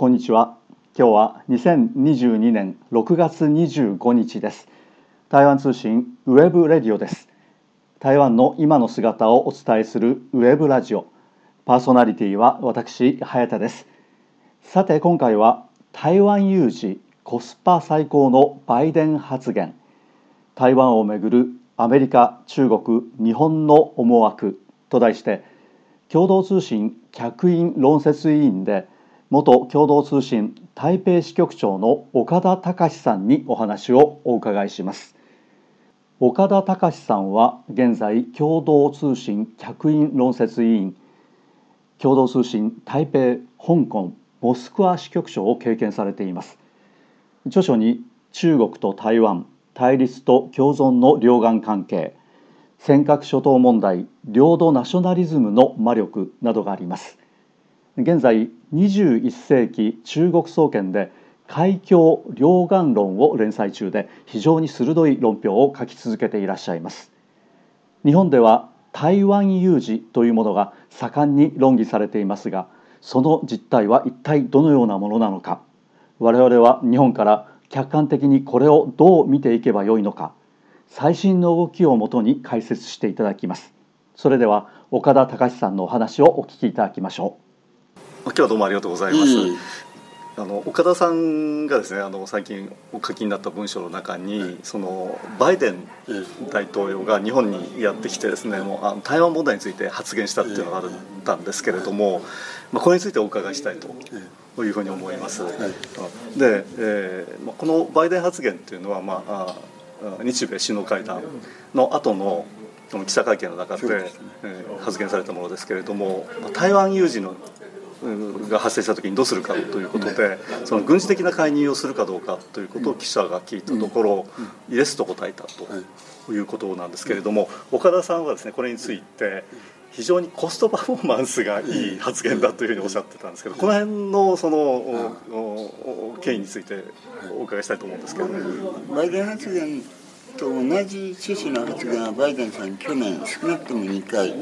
こんにちは。今日は2022年6月25日です。台湾通信ウェブレディオです。台湾の今の姿をお伝えするウェブラジオ。パーソナリティは私、早田です。さて今回は台湾有事コスパ最高のバイデン発言、台湾をめぐるアメリカ、中国、日本の思惑と題して、共同通信客員論説委員で元共同通信台北支局長の岡田隆さんにお話をお伺いします。岡田隆さんは現在共同通信客員論説委員、共同通信台北、香港、モスクワ支局長を経験されています。著書に中国と台湾、対立と共存の両岸関係、尖閣諸島問題、領土ナショナリズムの魔力などがあります。現在21世紀中国総研で海峡両岸論を連載中で、非常に鋭い論評を書き続けていらっしゃいます。日本では台湾有事というものが盛んに論議されていますが、その実態は一体どのようなものなのか、我々は日本から客観的にこれをどう見ていけばよいのか、最新の動きをもとに解説していただきます。それでは岡田隆さんのお話をお聞きいただきましょう。 今日はどうもありがとうございます。岡田さんがですね、最近お書きになった文章の中に、そのバイデン大統領が日本にやってきてですね、もう台湾問題について発言したっていうのがあったんですけれども、これについてお伺いしたいというふうに思います。で、このバイデン発言っていうのは、日米首脳会談の後の記者会見の中で発言されたものですけれども、台湾有事が発生した時にどうするかということで、その軍事的な介入をするかどうかということを記者が聞いたところ、イエスと答えたということなんですけれども、岡田さんはですね、これについて非常にコストパフォーマンスがいい発言だというふうにおっしゃってたんですけど、この辺のその経緯についてお伺いしたいと思うんですけど、 バイデン発言と同じ趣旨の発言はバイデンさん去年少なくとも2回、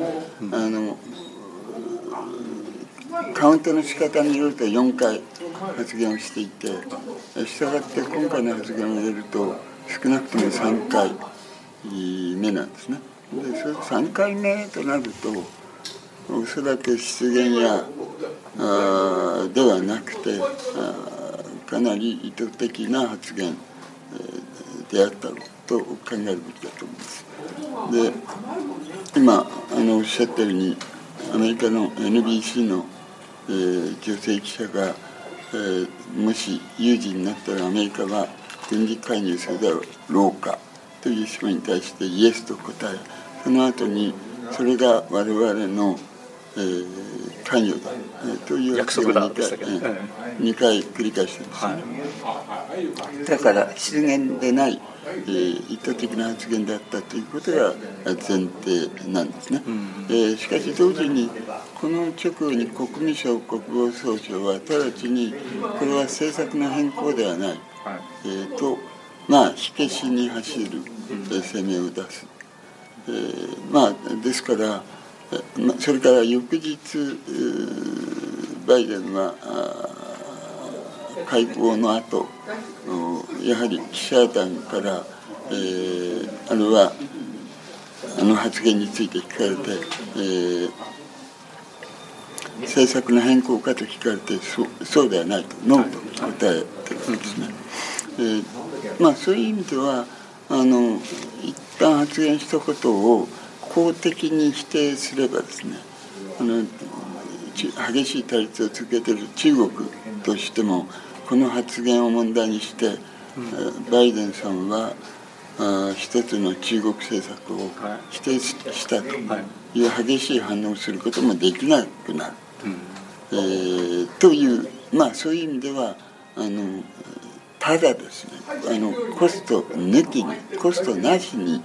カウントの仕方によると4回発言をしていて、したがって今回の発言を入れると少なくとも3回目なんですね。でそれ3回目となると、おそらく失言やではなくてかなり意図的な発言であったと考えるべきだと思います。で、今おっしゃったように、アメリカの NBC の女性記者が、もし有事になったらアメリカは軍事介入するだろうかという質問に対してイエスと答え、その後にそれが我々の、関与だ、という約束だでしたっけ、 2回繰り返しています、ね。だから失言でない、意図的な発言だったということが前提なんですね。しかし同時にこの直後に国務省国防総省は直ちにこれは政策の変更ではない、と火消しに走る声明を出す。ですからそれから翌日バイデンは会合の後、やはり記者団から、あれは発言について聞かれて、政策の変更かと聞かれて、そうではないと、ノーと答えてるんですね。そういう意味では一旦発言したことを公的に否定すればですね、激しい対立を続けている中国としてもこの発言を問題にして、バイデンさんは一つの中国政策を否定したという激しい反応をすることもできなくなる、という、そういう意味ではただですね、コスト抜きに、コストなしに、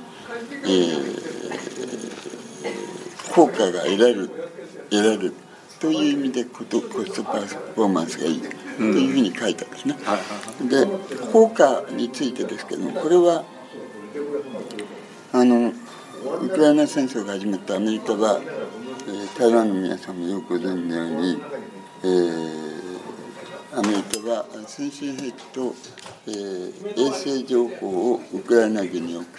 効果が得られるという意味でコストパフォーマンスがいいというふうに書いたんですね。で、効果についてですけども、これはウクライナ戦争が始まったアメリカは、台湾の皆さんもよくご存じのように、 アメリカは先進兵器と、衛星情報をウクライナ軍に送って、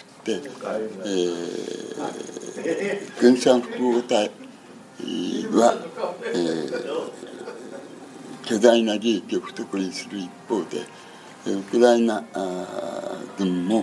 軍産複合体は、巨大な利益を懐にする一方で、ウクライナ軍も、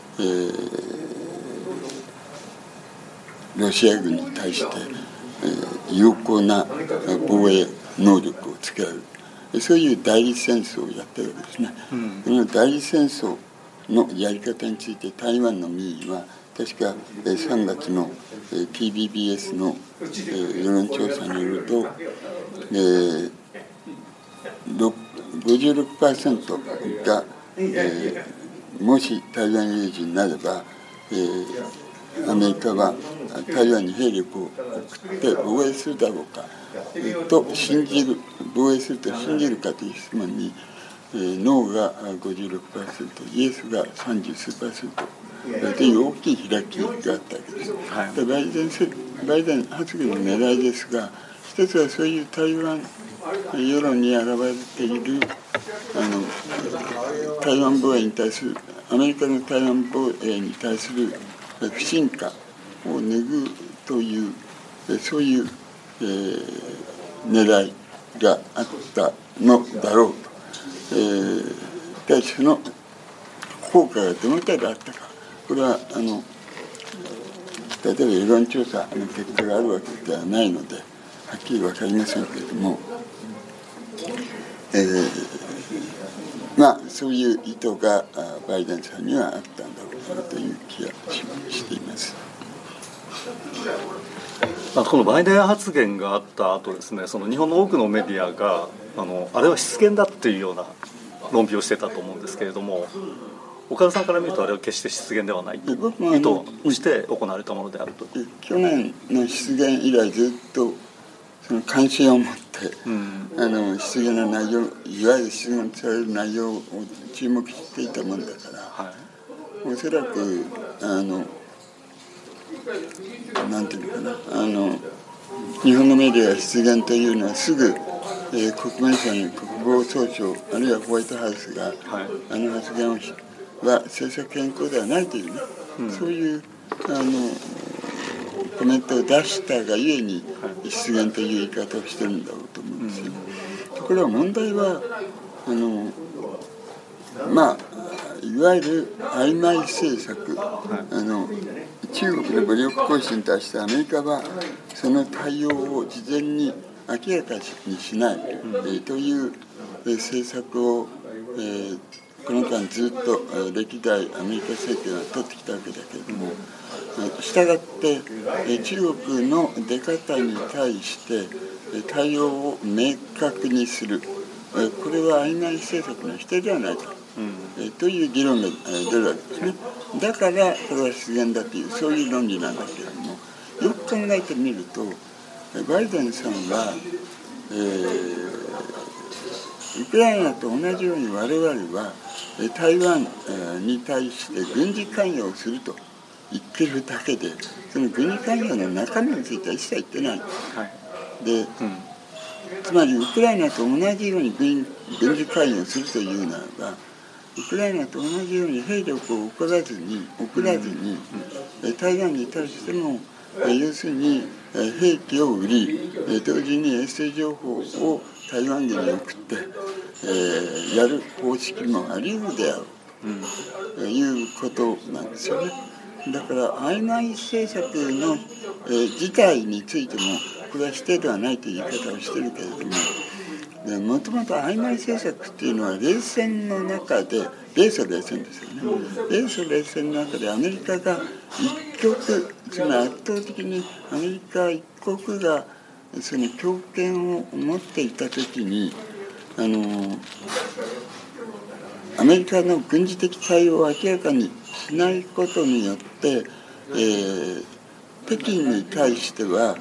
ロシア軍に対して、有効な防衛能力を使う、そういう代理戦争をやってるわけですね。この代理戦争のやり方について台湾の民意は確か3月の TBBS の世論調査によると、56% が、もし台湾有事になれば、アメリカは台湾に兵力を送って防衛するだろうかと信じる、防衛すると信じるかという質問に、ノーが 56%、イエスが30数%という大きい開きがあったわけです。バイデン発言の狙いですが、一つはそういう台湾世論に現れている台湾防衛に対する、アメリカの台湾防衛に対する不信感を拭うという、そういう、狙いがあったのだろうと。でその効果がどの程度あったか、これは例えば世論調査の結果があるわけではないのではっきり分かりませんけれども、そういう意図がバイデンさんにはあったんだろうなという気がしています。 このバイデン発言があった後ですね、その日本の多くのメディアがあれは失言だっていうような論評をしてたと思うんですけれども、岡田さんから見るとあれは決して失言ではないと、意図して行われたものであると。 去年の失言以来ずっとその関心を持って、失言の内容、いわゆる質問される内容を注目していたもんだから、おそらくなんていうのかな、日本のメディアが失言というのはすぐ、国務省に国防総省あるいはホワイトハウスが、発言は政策変更ではないというね、そういうコメントを出したがゆえに失言という言い方をしてるんだろうと思うんですよ。ところが問題はいわゆる曖昧政策、中国の武力行使に対してアメリカはその対応を事前に明らかにしない、という政策を、この間ずっと歴代アメリカ政権は取ってきたわけだけれども、したがって中国の出方に対して対応を明確にする、これは曖昧政策の否定ではないか、という議論が出るわけですね。だからこれは失言だという、そういう論理なんだけれども、よく考えてみるとバイデンさんは、ウクライナと同じように我々は台湾に対して軍事関与をすると言ってるだけで、その軍事関与の中身については一切言ってない、で、つまりウクライナと同じように軍事関与をするというならば、ウクライナと同じように兵力を送らずに台湾に対しても要するに兵器を売り、同時に衛星情報を台湾軍に送って、やる方式もあり得るであろうということなんですよね。だから曖昧政策の、自体についてもこれは否定ではないという言い方をしているけれども、もともと曖昧政策っていうのは冷戦の中で、米ソ冷戦ですよね。米ソ冷戦の中でアメリカが一極、つまり圧倒的にアメリカ一国がその強権を持っていたときに、アメリカの軍事的対応を明らかにしないことによって、北京に対しては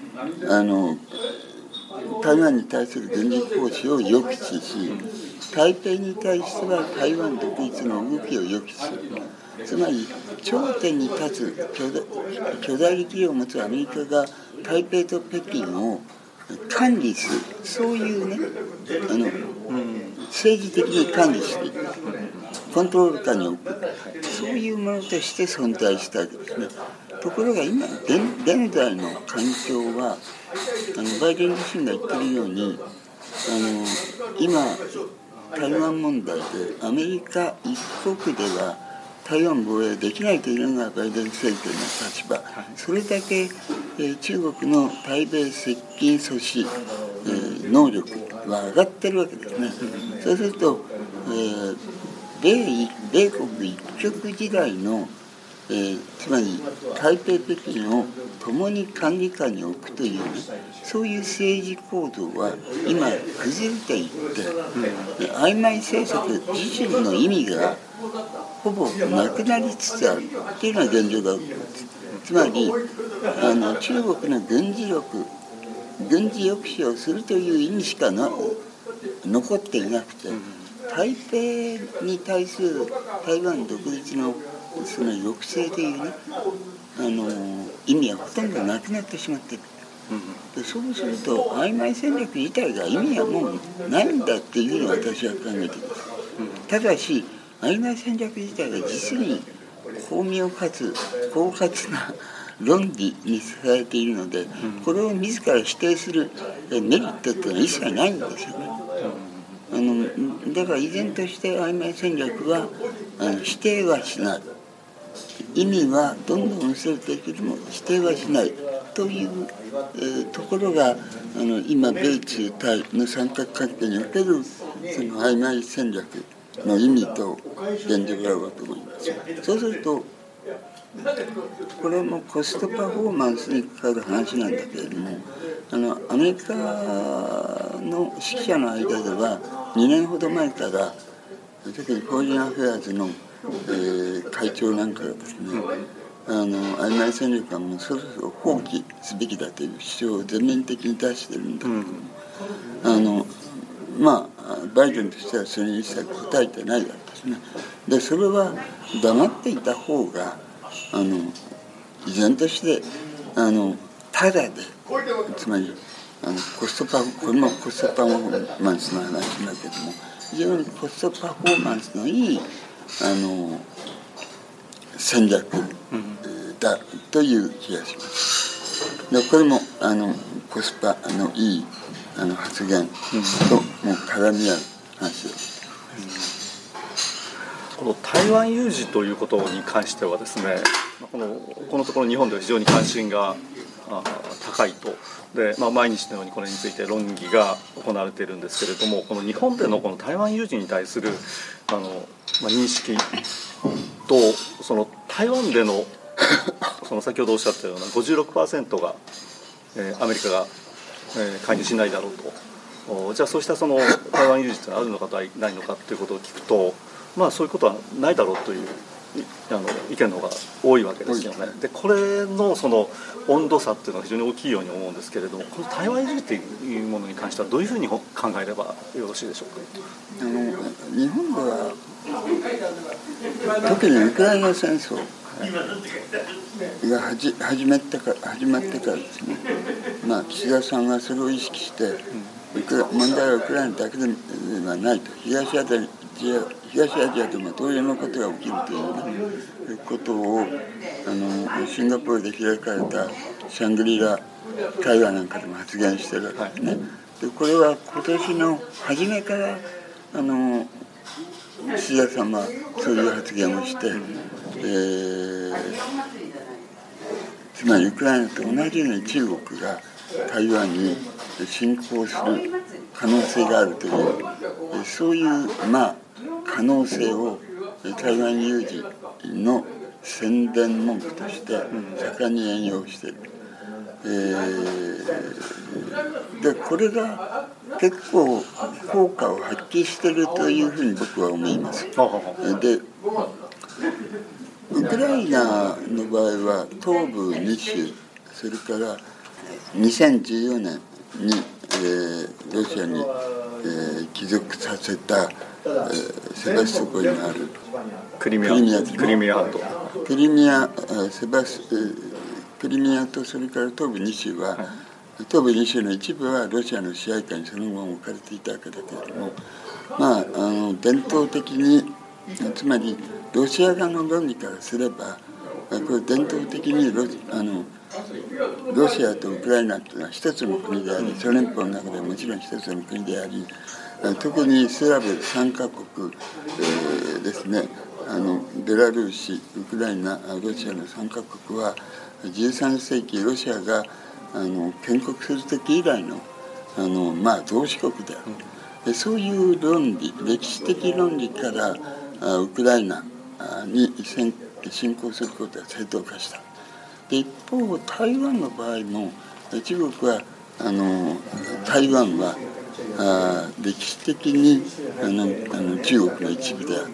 台湾に対する軍事行使を抑止し、台北に対しては台湾独立の動きを抑止する。つまり頂点に立つ巨大力量を持つアメリカが台北と北京を管理する、そういうね、 政治的に管理していく、コントロール下に置く、そういうものとして存在したわけですね。ところが今現在の環境はバイデン自身が言ってるように今台湾問題でアメリカ一国では台湾防衛できないというのがバイデン政権の立場。それだけ、中国の対米接近阻止、能力は上がってるわけですね。そうすると、米国一極時代の、つまり台北北京を共に管理下に置くという、ね、そういう政治構造は今崩れていって、曖昧政策自身の意味がほぼなくなりつつあるというのが現状だと思います。つまり中国の軍事力、軍事抑止をするという意味しか残っていなくて、台北に対する台湾独立のその抑制というね、意味はほとんどなくなってしまっている。でそうすると曖昧戦略自体が意味はもうないんだっていうふうに私は考えています。ただし曖昧戦略自体が実に巧妙かつ狡猾な論理に支えているので、これを自ら否定するメリットっていうのは一切ないんですよね。だから依然として曖昧戦略は否定はしない、意味はどんどん薄れていくけども否定はしないという、ところが今米中台の三角関係におけるその曖昧戦略の意味と現状があると思います。そうするとこれもコストパフォーマンスに関わる話なんだけれども、アメリカの識者の間では2年ほど前から特にフォーリンアフェアーズの、会長なんかがですね、曖昧戦略はもうそろそろ放棄すべきだという主張を全面的に出しているんだけども、バイデンとしてはそれに一切答えてないわけですね。でそれは黙っていた方が依然としてタダで、つまりこれもコストパフォーマンスの話だけども、非常にコストパフォーマンスのいい戦略だという気がします。でこれもコスパのいい発言とも絡み合う話です。 この台湾有事ということに関してはですね、このところ日本では非常に関心が高いと。で毎日のようにこれについて論議が行われているんですけれども、この日本でのこの台湾有事に対する認識と、その台湾でのその先ほどおっしゃったような 56% が、アメリカが、介入しないだろうと。じゃあそうしたその台湾有事というのはあるのかないのかということを聞くと、そういうことはないだろうという意見の方が多いわけですよね。でこれのその温度差っていうのは非常に大きいように思うんですけれども、この台湾有事というものに関してはどういうふうに考えればよろしいでしょうか。 日本では特にウクライナ戦争が始まってからですね、岸田さんはそれを意識して、問題はウクライナだけではないと、東アジアでも同様のことが起きるということをシンガポールで開かれたシャングリラ会話なんかでも発言してるわけですね。でこれは今年の初めから岸田さんはそういう発言をして、つまりウクライナと同じように中国が台湾に侵攻する可能性があるという、そういう可能性を台湾有事の宣伝文句として盛んに援用している。でこれが結構効果を発揮しているというふうに僕は思います。でウクライナの場合は東部2州、それから2014年に、ロシアに、帰属させた、セバストポリにあるクリミア半島、クリミアとそれから東部2州は、東部2州の一部はロシアの支配下にそのまま置かれていたわけだけれども、 伝統的に、つまりロシア側の論理からすれば、これ伝統的にロシアとウクライナというのは一つの国であり、ソ連邦の中ではもちろん一つの国であり、特にスラブ3カ国、ですね、ベラルーシ、ウクライナ、ロシアの3カ国は13世紀ロシアが建国する時以来の同志国である。そういう論理、歴史的論理からウクライナに侵攻することが正当化した。で一方台湾の場合も中国は台湾は歴史的に中国の一部であって、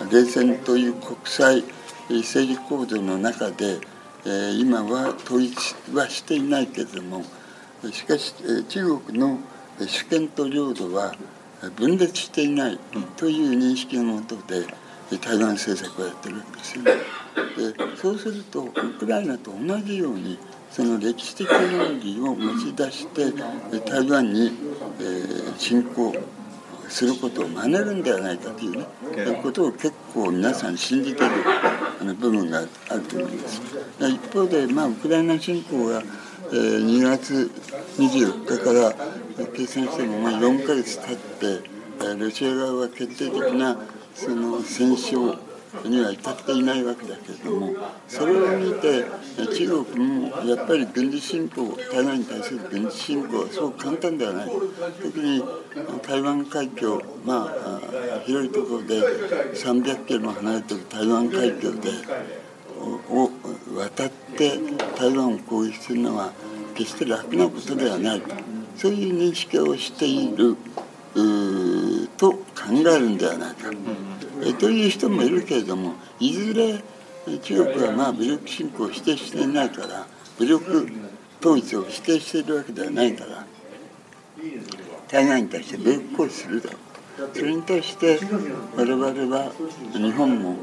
冷戦という国際政治構造の中で、今は統一はしていないけれども、しかし中国の主権と領土は分裂していないという認識のもとで台湾政策をやってるわけですよね。でそうするとウクライナと同じようにその歴史的論理を持ち出して台湾に侵攻することを真似るんではないかというね、ことを結構皆さん信じている部分があると思います。一方で、ウクライナ侵攻が2月24日から計算しても4ヶ月経ってロシア側は決定的なその戦勝には至っていないわけだけれども、それを見て中国もやっぱり軍事侵攻、台湾に対する軍事侵攻はそう簡単ではない。特に台湾海峡、広いところで300キロも離れている台湾海峡でを渡って台湾を攻撃するのは決して楽なことではないと、そういう認識をしていると考えるんではないか、という人もいるけれども、いずれ中国は武力侵攻を否定していないから、武力統一を否定しているわけではないから、台湾に対して武力行使するだろう。それに対して我々は日本も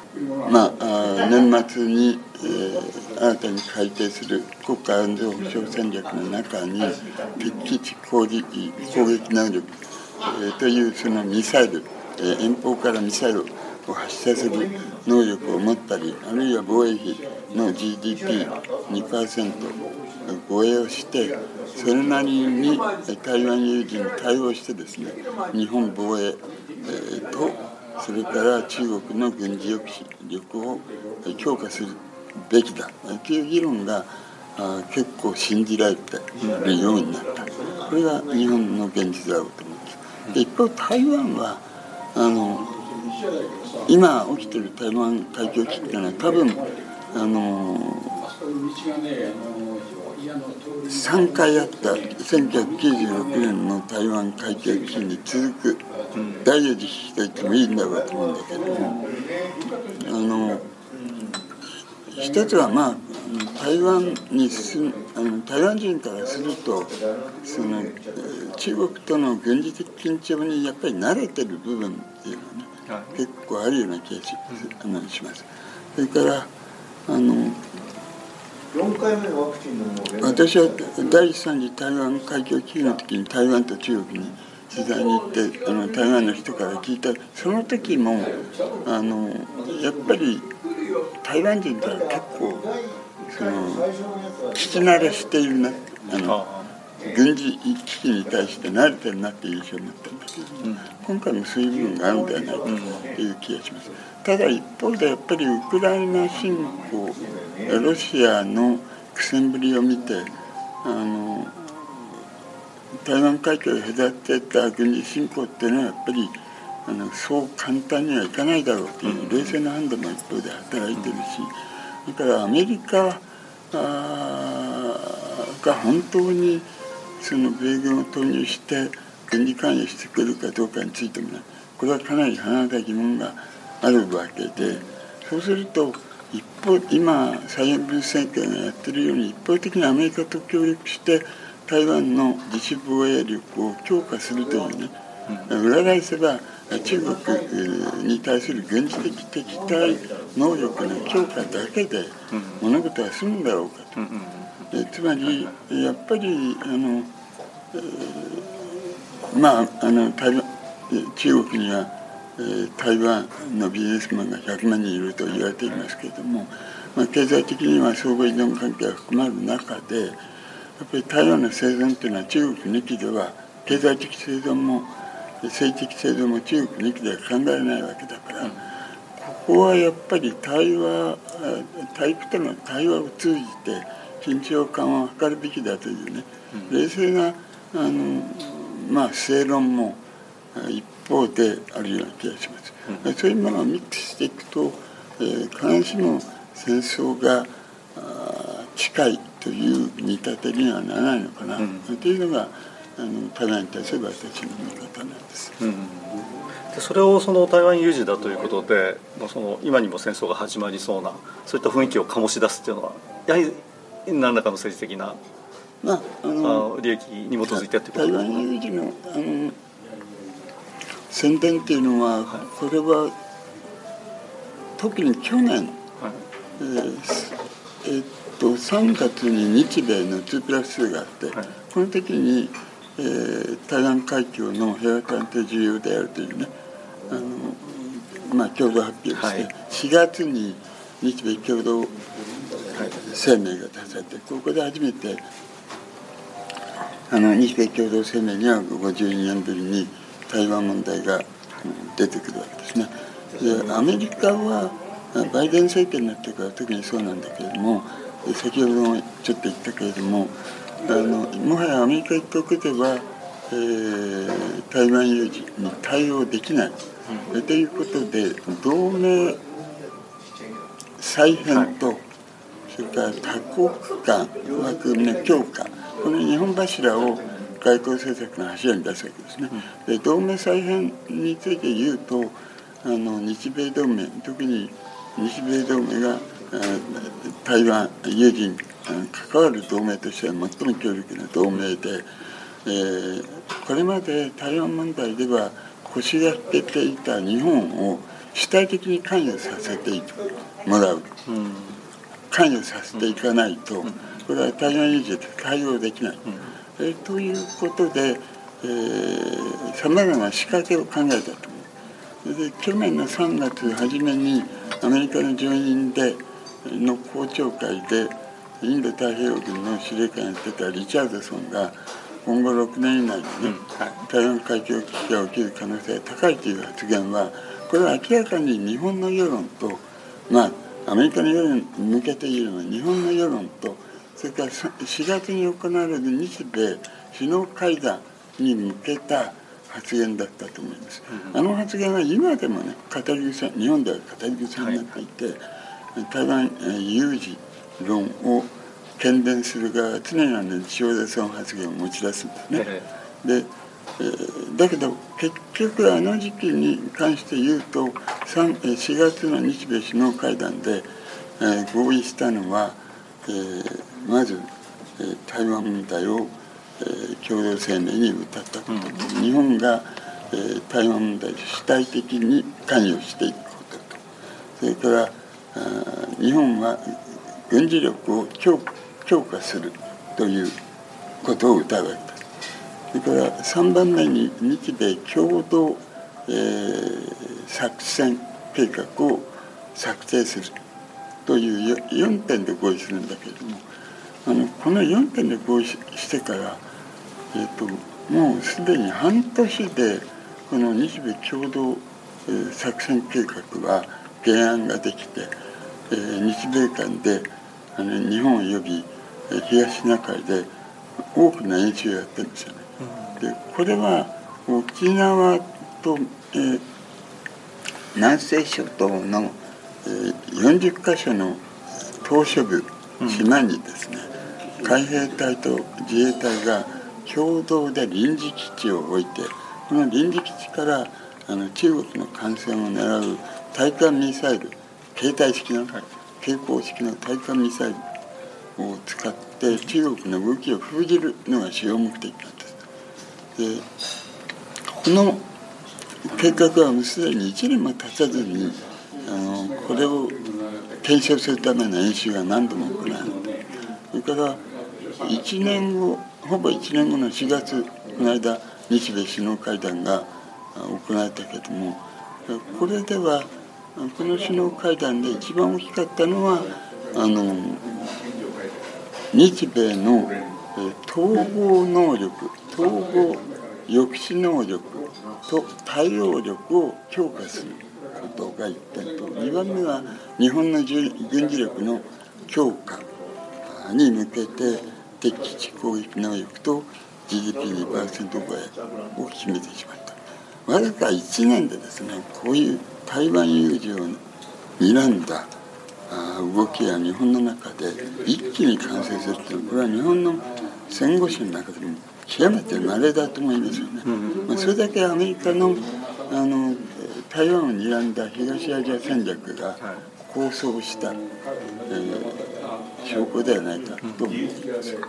年末に、新たに改定する国家安全保障戦略の中に敵基地攻撃能力、というそのミサイル、遠方からミサイルを発射する能力を持ったり、あるいは防衛費の GDP2% 防衛をして、それなりに台湾有事に対応してですね、日本防衛、とそれから中国の軍事抑止力を強化するべきだという議論が結構信じられているようになった。これが日本の現実だろうと思います。で一方台湾は今起きている台湾海峡危機というのは多分3回あった1996年の台湾海峡危機に続く第4次危機と言ってもいいんだろうと思うんだけども、一つは台湾人からするとその中国との軍事的緊張にやっぱり慣れてる部分っていうのはね、結構あるような気がします。それから 4回目のワクチンの私は第3次台湾海峡危機の時に台湾と中国に取材に行って台湾の人から聞いた。その時もやっぱり台湾人から結構聞き慣れしているな、軍事危機に対して慣れてるなっていう印象になったんだけど、今回もそういう部分があるんではないかという気がします。ただ一方でやっぱりウクライナ侵攻、ロシアの苦戦ぶりを見て台湾海峡を隔てた軍事侵攻っていうのはやっぱりそう簡単にはいかないだろうという冷静な判断も一方で働いてるし、だからアメリカが本当にその米軍を投入して軍事関与してくるかどうかについてもね、これはかなり甚だ疑問があるわけで、そうすると今蔡英文政権がやってるように一方的にアメリカと協力して台湾の自主防衛力を強化するというね、裏返せば中国に対する軍事的敵対能力の強化だけで物事は済むんだろうかと。つまりやっぱり中国には、台湾のビジネスマンが100万人いると言われていますけれども、経済的には相互依存関係が含まれる中で、やっぱり台湾の生存というのは中国抜きでは、経済的生存も政治的生存も中国抜きでは考えられないわけだから、ここはやっぱり大陸との対話を通じて緊張緩和を図るべきだというね、冷静な正論も一方であるような気がします。そういうものをミックスしていくと、必ずしも戦争が近いという見立てにはならないのかな、というのが台湾に対する私の見方なんです。 でそれをその台湾有事だということで、その今にも戦争が始まりそうなそういった雰囲気を醸し出すというのはやはり何らかの政治的な、利益に基づいてということですか。 台湾有事の宣伝っていうのは、これは特に去年、3月に日米の2+2があって、この時に、台湾海峡の平和艦隊重要であるというね、共同発表して、4月に日米共同声明が出されて、ここで初めて日米共同声明には52年ぶりに台湾問題が出てくるわけですね。でアメリカはバイデン政権になってから特にそうなんだけれども、先ほどもちょっと言ったけれども、もはやアメリカ一国では、台湾有事に対応できない、ということで同盟再編と、それから多国間枠組みの強化、この2本柱を外交政策の柱に出すわけですね。で同盟再編について言うと、日米同盟、特に日米同盟が台湾有事に関わる同盟としては最も強力な同盟で、これまで台湾問題では腰が引けていた日本を主体的に関与させてもらう、関与させていかないと、これは台湾有事で対応できない、ということでさまざまな仕掛けを考えたと思う。で去年の3月初めにアメリカの上院の公聴会でインド太平洋軍の司令官をやってたリチャードソンが今後6年以内にね、台湾海峡危機が起きる可能性が高いという発言は、これは明らかに日本の世論と、アメリカの世論に向けて言うのは日本の世論と、それから4月に行われる日米首脳会談に向けた発言だったと思います。あの発言は今でもね、日本では語り草になっていて、台湾有事論を喧伝する側は常に岸田さん発言を持ち出すんですね。でだけど結局あの時期に関して言うと4月の日米首脳会談で、合意したのは、まず、台湾問題を、共同声明に謳ったことと、日本が、台湾問題で主体的に関与していくことと、それから日本は軍事力を強化するということを謳われた。それから3番目に日米共同、作戦計画を策定するという4点で合意するんだけれども、この4点で合意してから、もうすでに半年でこの日米共同、作戦計画は原案ができて、日米間で日本及び東シナ海で多くの演習をやってるんですよね。でこれは沖縄と、南西諸島の、40カ所の島嶼部島にですね、海兵隊と自衛隊が共同で臨時基地を置いて、この臨時基地から中国の艦船を狙う対艦ミサイル、携行式の対艦ミサイルを使って中国の動きを封じるのが主要目的なんです。でこの計画はもうすでに1年も経たずにこれを検証するための演習が何度も行われて、それからほぼ1年後の4月、この間日米首脳会談が行われたけども、これではこの首脳会談で一番大きかったのは日米の統合能力、統合抑止能力と対応力を強化することが1点と、2番目は日本の軍事力の強化に向けて敵基地攻撃能力と GDP2% 超えを決めてしまった。わずか1年でですね、こういう台湾有事を睨んだ動きが日本の中で一気に完成するというのは、これは日本の戦後史の中でも極めて稀だと思いますよね。それだけアメリカの台湾を睨んだ東アジア戦略が構想した、証拠ではないかと思い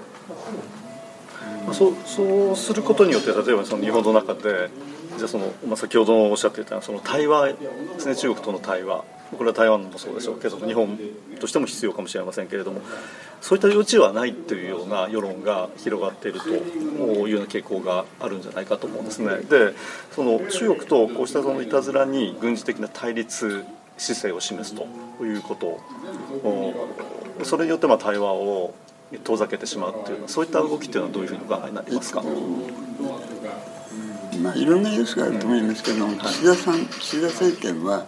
ます。 そうすることによって、例えばその日本の中でじゃあ先ほどおっしゃっていたその対話ですね、中国との対話、これは台湾もそうでしょうけど日本としても必要かもしれませんけれども、そういった余地はないというような世論が広がっているというような傾向があるんじゃないかと思うんですね。で、その中国とこうしたいたずらに軍事的な対立姿勢を示すということ、それによって対話を遠ざけてしまうという、そういった動きというのはどういうふうにお考えになりますか？ いろんな要素があると思いますけど、岸田政権は、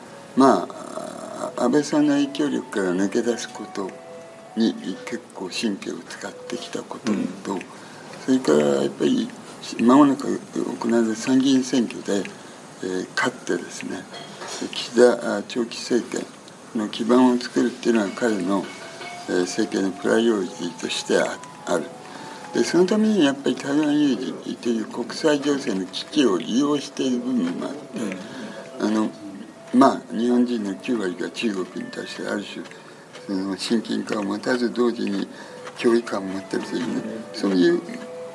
安倍さんの影響力から抜け出すことに結構神経を使ってきたことと、それからやっぱり間もなく行われる参議院選挙で、勝ってですね、岸田長期政権の基盤を作るっていうのは彼の政権のプライオリティとしてある。でそのためにやっぱり台湾有事という国際情勢の危機を利用している部分もあって、日本人の9割が中国に対してある種その親近感を持たず同時に距離感を持っているというね、そういう、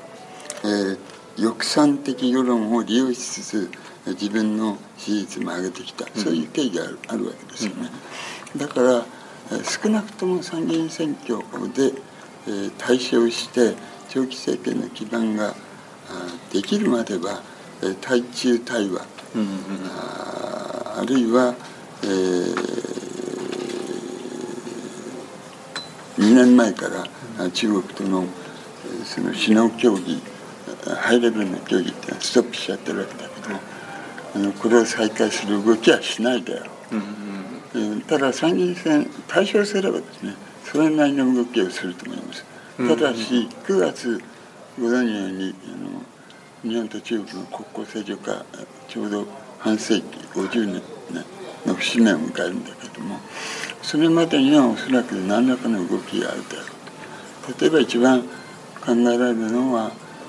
抑散的世論を利用しつつ自分の支持率も上げてきた、そういう経緯があるわけですよね。だから少なくとも参議院選挙で大勝して長期政権の基盤ができるまでは対中対話、あるいは、2年前から中国とのその首脳協議、ハイレベルな協議っていうのはストップしちゃってるわけだけど、これを再開する動きはしないだろう。ただ参議院選大勝すればですね、それなりの動きをすると思います。ただし9月ご覧のように日本と中国の国交正常化ちょうど半世紀50年の節目を迎えるんだけども、それまでにはおそらく何らかの動きがあるだろうと。例えば一番考えられるのは、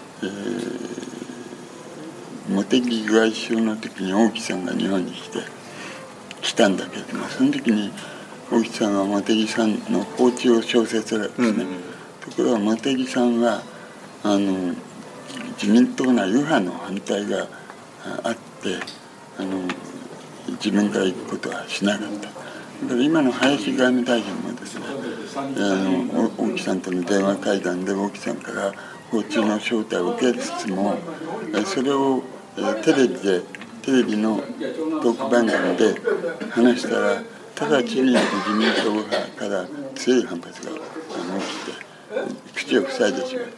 茂木外相の時に王毅さんが日本に来たんだけれども、その時に王毅さんは茂木さんの訪中を小説するわけですね。ところが茂木さんは自民党内右派の反対があって自分から行くことはしなかった。だから今の林外務大臣もですね、王毅さんとの電話会談で王毅さんから訪中の招待を受けつつも、それをテレビのトーク番組で話したら直ちに自民党派から強い反発が起きて口を塞いでしまった、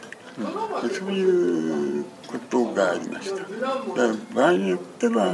そういうことがありました。だから場合によっては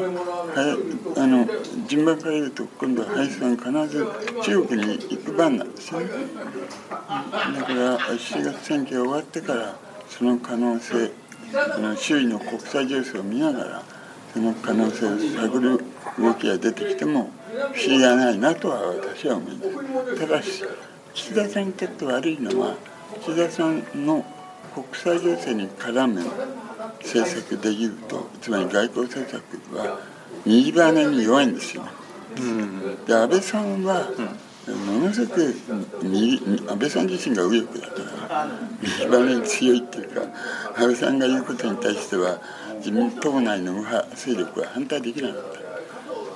順番から言うと今度は林さん必ず中国に行く番なんですよね。だから7月選挙が終わってからその可能性、周囲の国際情勢を見ながらその可能性を探る動きが出てきても不思議がないなとは私は思います。ただし岸田さんにとって悪いのは岸田さんの国際情勢に絡む政策でいうと、つまり外交政策は右バネに弱いんですよね。で安倍さんはものすごく安倍さん自身が右翼だから右バネに強いっていうか、安倍さんが言うことに対しては自民党内の右派勢力は反対できなかった。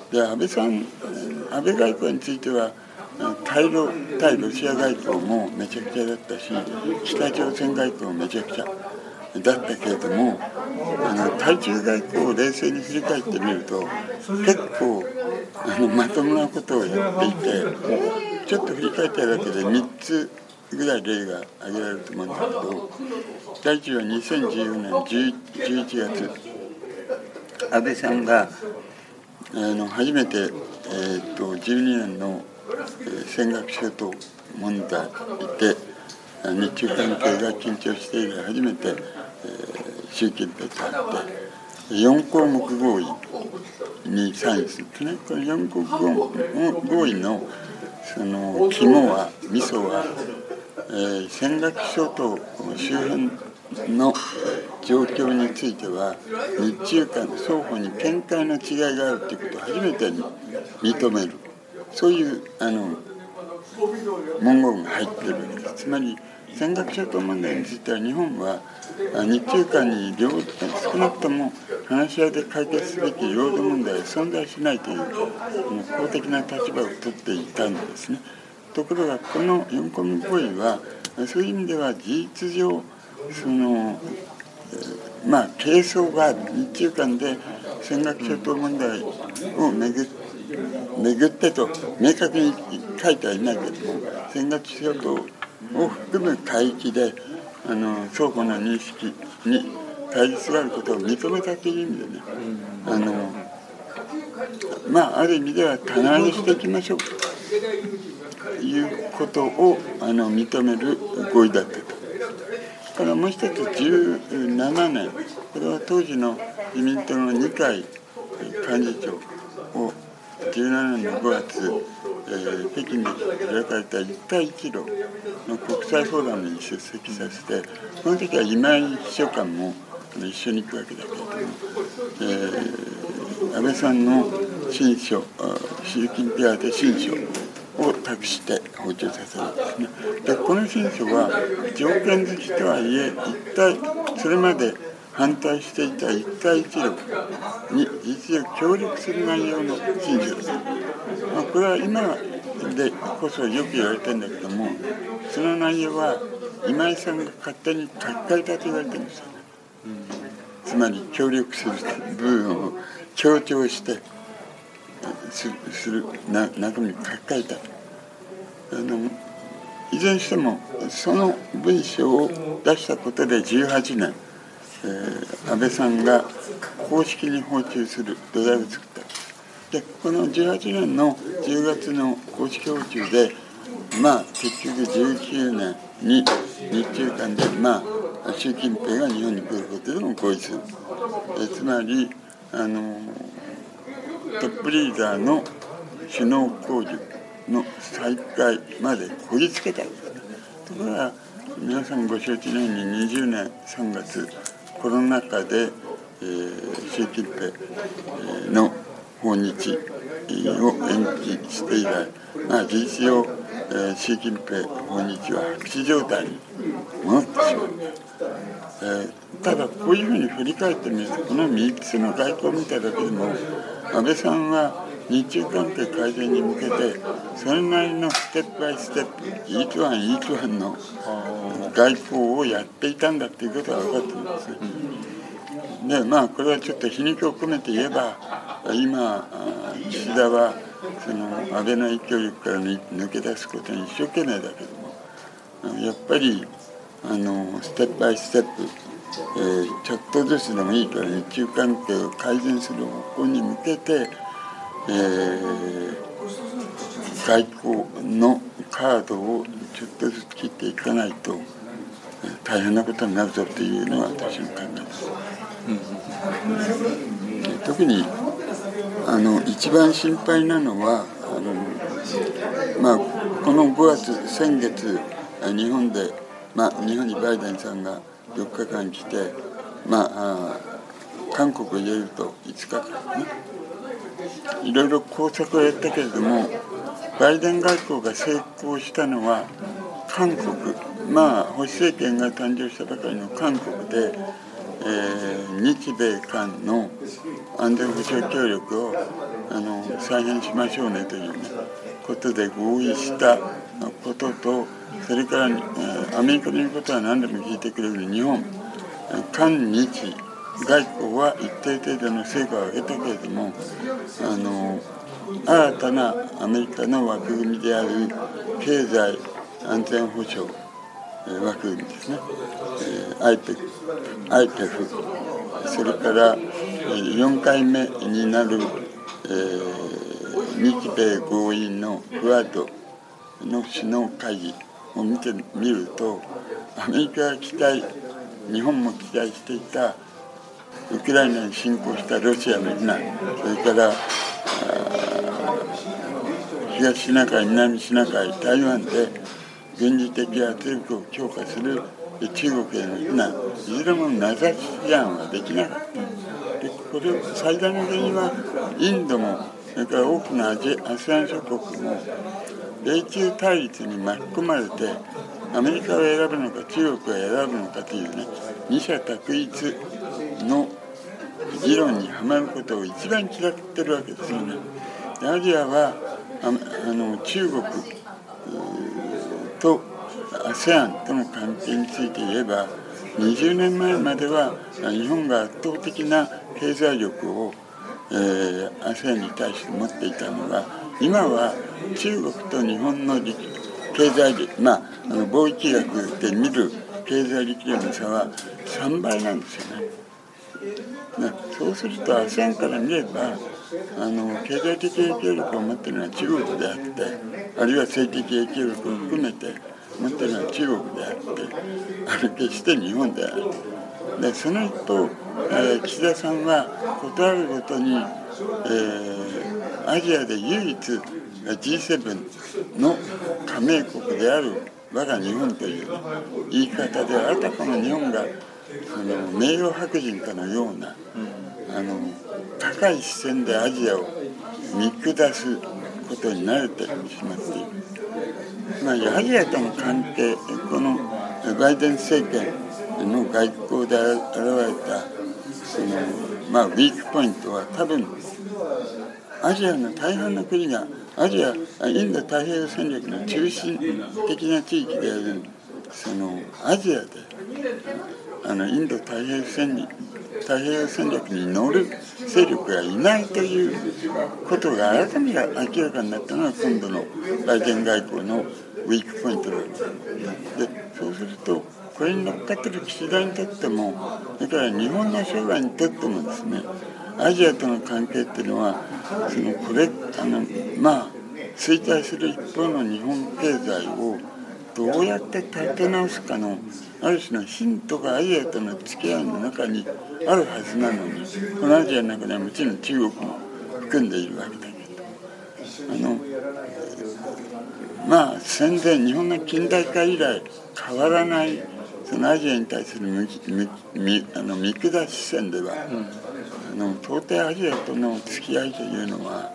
で安倍外交については対ロシア外交もめちゃくちゃだったし、北朝鮮外交もめちゃくちゃ、 だったけれども、対中外交を冷静に振り返ってみると結構まともなことをやっていて、ちょっと振り返っただけで3つぐらい例が挙げられると思うんだけど、第一は2014年11月、安倍さんが初めて、12年の尖閣諸島問題で日中関係が緊張して以来初めて、習近平と会って4項目合意にサインするとね。この4項目合意のその肝は味噌は、尖閣諸島周辺の状況については日中間双方に見解の違いがあるということを初めて認める、そういう文言が入っているわけです。つまり尖閣諸島問題については日本は日中間に少なくとも話し合いで解決すべき領土問題は存在しないという公的な立場を取っていたんですね。ところがこの4項目合意はそういう意味では事実上係争が日中間で尖閣諸島問題を巡ってと明確に書いてはいないけれども、尖閣諸島を含む海域で双方の認識に対立があることを認めたという意味でね、ある意味では棚上げしていきましょうということを認める合意だったと。からもう一つ17年、これは当時の自民党の二階幹事長を17年の5月、北京で開かれた一帯一路の国際フォーラムに出席させて、この時は今井秘書官も一緒に行くわけだけれども、安倍さんの親書、習近平宛て親書を託して訪中させるんですね。でこの親書は条件付きとはいえそれまで反対していた一帯一路に実際協力する内容の親書です。これは今でこそよく言われてるんだけども、その内容は今井さんが勝手に書き換えたと言われてるんですよね。つまり協力する部分を強調してする中身に書き換えた。いずれにしてもその文章を出したことで18年、安倍さんが公式に訪中する土台を作った。でこの18年の10月の公式訪中で結局19年に日中間で習近平が日本に来ることでも合意する。つまりトップリーダーの首脳交流の再開までこぎつけたんですね。ところが皆さんご承知のように20年3月コロナ禍で、習近平の訪日を延期して以来、事実上、習近平訪日は白紙状態に戻ってしまう。ただこういうふうに振り返ってみると、この3つの外交を見ただけでも安倍さんは日中関係改善に向けてそれなりのステップバイステップ、イートワンの外交をやっていたんだっていうことが分かってるんですね。でこれはちょっと皮肉を込めて言えば、今岸田はその安倍の影響力から抜け出すことに一生懸命だけども、やっぱりステップバイステップ、ちょっとずつでもいいから日中関係を改善する方向に向けて、外交のカードをちょっとずつ切っていかないと大変なことになるぞというのが私の考えです。特に一番心配なのはこの5月先月日本にバイデンさんが4日間来て韓国を入れると5日間ね、いろいろ工作をやったけれどもバイデン外交が成功したのは韓国、保守政権が誕生したばかりの韓国で、日米韓の安全保障協力を再編しましょうねという、ことで合意したことと、それから、アメリカの言うことは何でも聞いてくれる日本、 韓日外交は一定程度の成果を上げたけれども、新たなアメリカの枠組みである経済安全保障枠組みですね、IPEF、それから4回目になる、日米豪印のクアッドの首脳会議を見てみると、アメリカが期待、日本も期待していたウクライナに侵攻したロシアの非難、それから東シナ海、南シナ海、台湾で軍事的圧力を強化する中国への非難、いずれも名指し案はできなかった。でこれ最大の原因はインドも、それから多くのASEAN諸国も米中対立に巻き込まれて、アメリカを選ぶのか中国を選ぶのかというね、二者択一の議論にはまることを一番嫌ってるわけですよね。アジアは中国と ASEAN との関係について言えば、20年前までは日本が圧倒的な経済力を、ASEAN に対して持っていたのが、今は中国と日本の経済力、貿易額で見る経済力量の差は3倍なんですよね。そうすると ASEAN から見れば経済的影響力を持っているのは中国であって、あるいは政治的影響力を含めて持っているのは中国であって、決して日本である。でその一方、岸田さんはことあるごとに、アジアで唯一 G7 の加盟国である我が日本という、言い方で、あたかも日本が名誉白人かのような、高い視線でアジアを見下すことに慣れてしまっている。アジアとの関係、このバイデン政権の外交で現れたウィークポイントは、多分アジアの大半の国がインド太平洋戦略の中心的な地域であるアジアでインド太平洋戦略に乗る勢力がいないということが改めて明らかになったのが今度のバイデン外交のウィークポイントなんです。でそうするとこれに乗っかっている岸田にとっても、それから日本の将来にとってもですね、アジアとの関係っていうのは衰退する一方の日本経済をどうやって立て直すかのある種のヒントがアジアとの付き合いの中にあるはずなのに、このアジアの中ではもちろん中国も含んでいるわけだけど、戦前日本の近代化以来変わらないそのアジアに対する見下し視線では、到底アジアとの付き合いというのは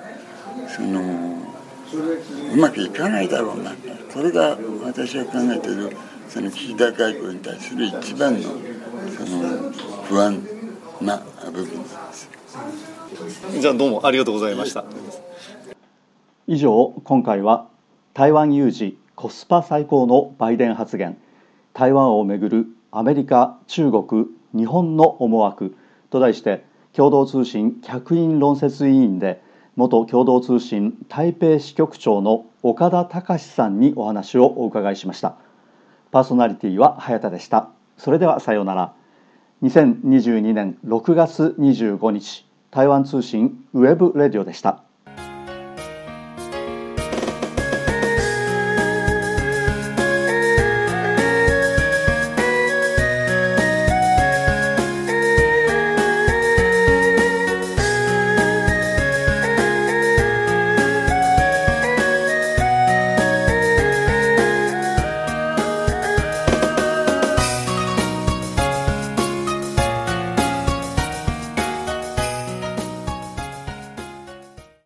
うまくいかないだろうな。これが私が考えている岸田外交に対する一番の不安な部分です。 じゃあどうもありがとうございました。 以上、今回は台湾有事コスパ最高のバイデン発言、台湾をめぐるアメリカ、中国、日本の思惑と題して、共同通信客員論説委員で元共同通信台北支局長の岡田隆さんにお話をお伺いしました。パーソナリティは早田でした。それではさようなら。2022年6月25日、台湾通信ウェブレディオでした。